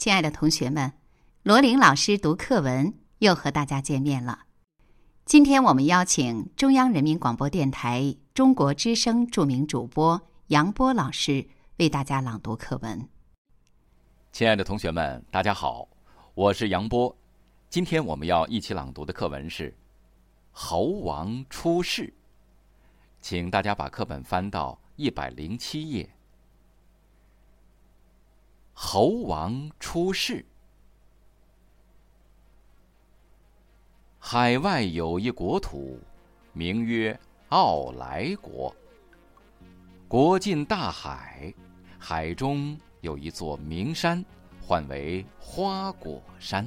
亲爱的同学们，罗琳老师读课文又和大家见面了。今天我们邀请中央人民广播电台中国之声著名主播杨波老师为大家朗读课文。 亲爱的同学们，大家好，我是杨波。今天我们要一起朗读的课文是《猴王出世》，请大家把课本翻到107页。猴王出世。海外有一国土，名曰傲来国。国近大海，海中有一座名山，唤为花果山。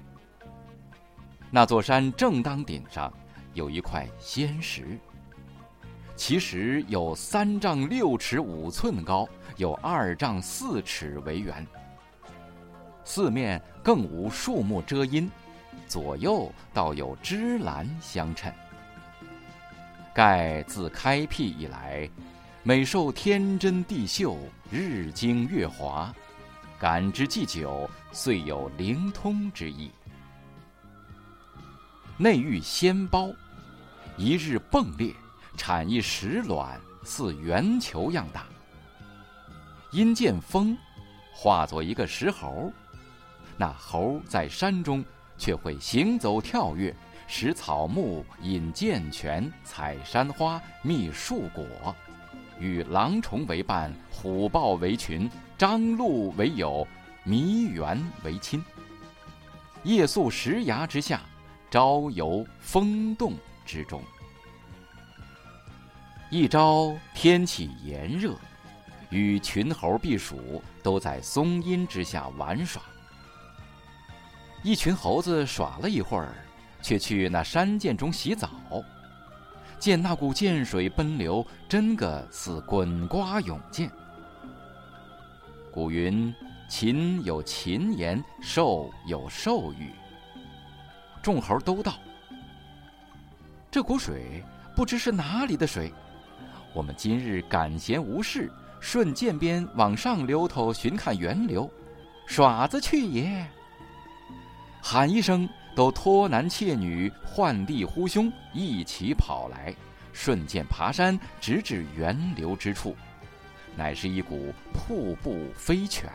那座山正当顶上有一块仙石，其实有3丈6尺5寸高，有2丈4尺为圆。四面更无树木遮阴，左右倒有芝兰相衬。盖自开辟以来，每受天真地秀，日精月华，感之既久，遂有灵通之意。内遇仙苞，一日迸裂，产一石卵，似圆球样大。因见风，化作一个石猴。那猴在山中却会行走跳跃，食草木，饮涧泉，采山花，觅树果，与狼虫为伴，虎豹为群，獐鹿为友，麋猿为亲。夜宿石崖之下，朝游风洞之中。一朝天气炎热，与群猴避暑，都在松阴之下玩耍。一群猴子耍了一会儿，却去那山涧中洗澡。见那股涧水奔流，真个似滚瓜涌溅。古云：禽有禽言，兽有兽语。众猴都道：这股水不知是哪里的水，我们今日赶闲无事，顺涧边往上流头寻看源流，耍子去也。喊一声，都托男妾女，唤弟呼兄，一起跑来，顺涧爬山，直至源流之处，乃是一股瀑布飞泉。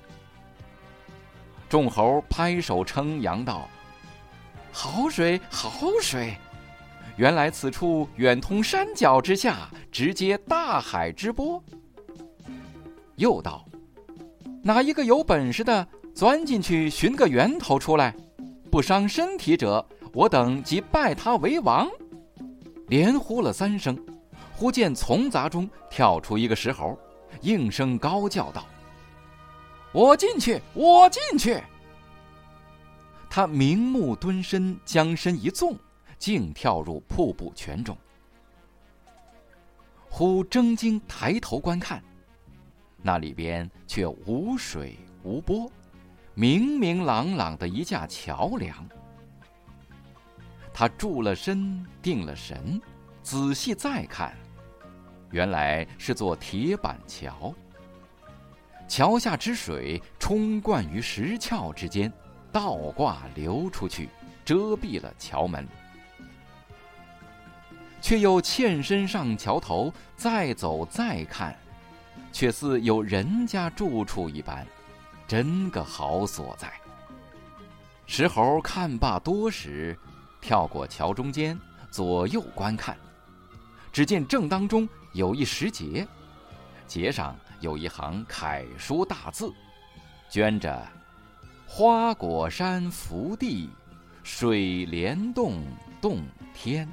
众猴拍手称扬道：好水好水！原来此处远通山脚之下，直接大海之波。又道：哪一个有本事的，钻进去寻个源头出来，不伤身体者，我等即拜他为王。连呼了3声，忽见丛杂中跳出一个石猴，应声高叫道：我进去，我进去！他明目蹲身，将身一纵，竟跳入瀑布泉中。忽睁睛抬头观看，那里边却无水无波，明明朗朗的一架桥梁。他住了身，定了神，仔细再看，原来是座铁板桥。桥下之水冲灌于石窍之间，倒挂流出去，遮蔽了桥门。却又欠身上桥头，再走再看，却似有人家住处一般，真个好所在。石猴看罢多时，跳过桥中间，左右观看，只见正当中有一石碣，碣上有一行楷书大字，镌着花果山福地，水帘洞洞天。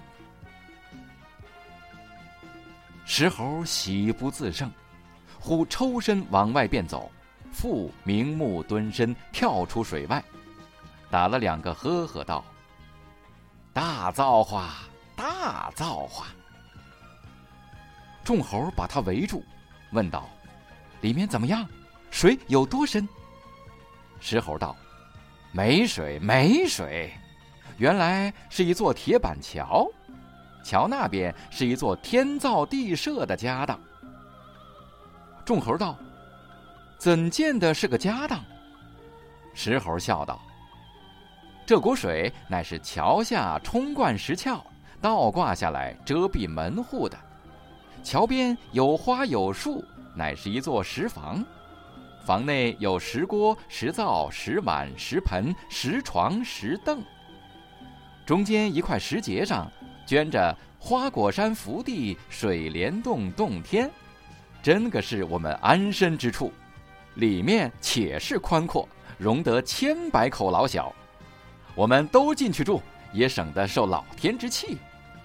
石猴喜不自胜，忽抽身往外便走，复明目蹲身，跳出水外，打了2个呵呵道：大造化，大造化！众猴把他围住，问道：里面怎么样？水有多深？石猴道：没水没水，原来是一座铁板桥，桥那边是一座天造地设的家当。众猴道：怎见的是个家当？ 石猴笑道：“这股水乃是桥下冲灌石窍，倒挂下来遮蔽门户的。桥边有花有树，乃是一座石房。房内有石锅、石灶、石碗、石盆、石床、石凳。中间一块石碣上镌着花果山福地，水帘洞洞天，真个是我们安身之处。里面且是宽阔，容得100口老小。我们都进去住，也省得受老天之气。”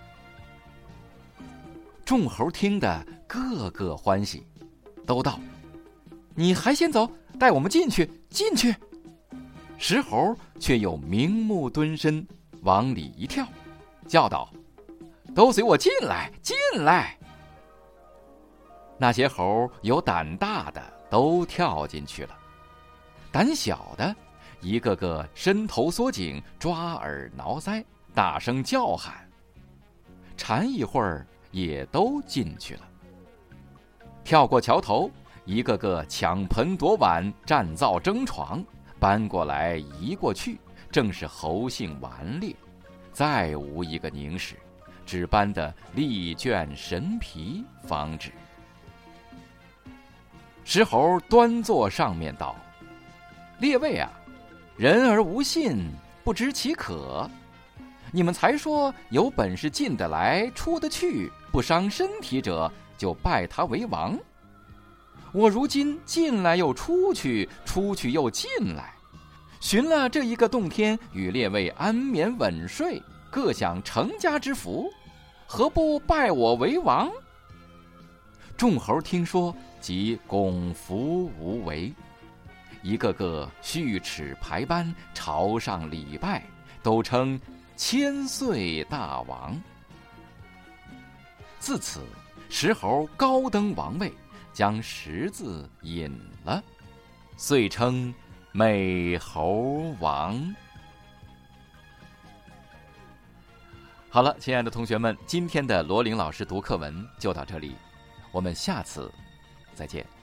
众猴听得个个欢喜，都道：“你还先走，带我们进去，进去。”石猴却又明目蹲身，往里一跳，叫道：“都随我进来，进来！”那些猴有胆大的都跳进去了，胆小的一个个伸头缩颈，抓耳挠腮，大声叫喊。缠一会儿也都进去了。跳过桥头，一个个抢盆夺碗，占灶争床，搬过来移过去，正是猴性顽劣，再无一个宁实，只搬得力倦神疲方止。石猴端坐上面道：“列位啊，人而无信，不知其可。你们才说有本事进得来出得去，不伤身体者，就拜他为王。我如今进来又出去，出去又进来，寻了这一个洞天，与列位安眠稳睡，各享成家之福，何不拜我为王？”众猴听说，即拱伏无为，一个个续齿排班，朝上礼拜，都称千岁大王。自此，石猴高登王位，将石字隐了，遂称美猴王。好了，亲爱的同学们，今天的罗琳老师读课文就到这里，我们下次再见。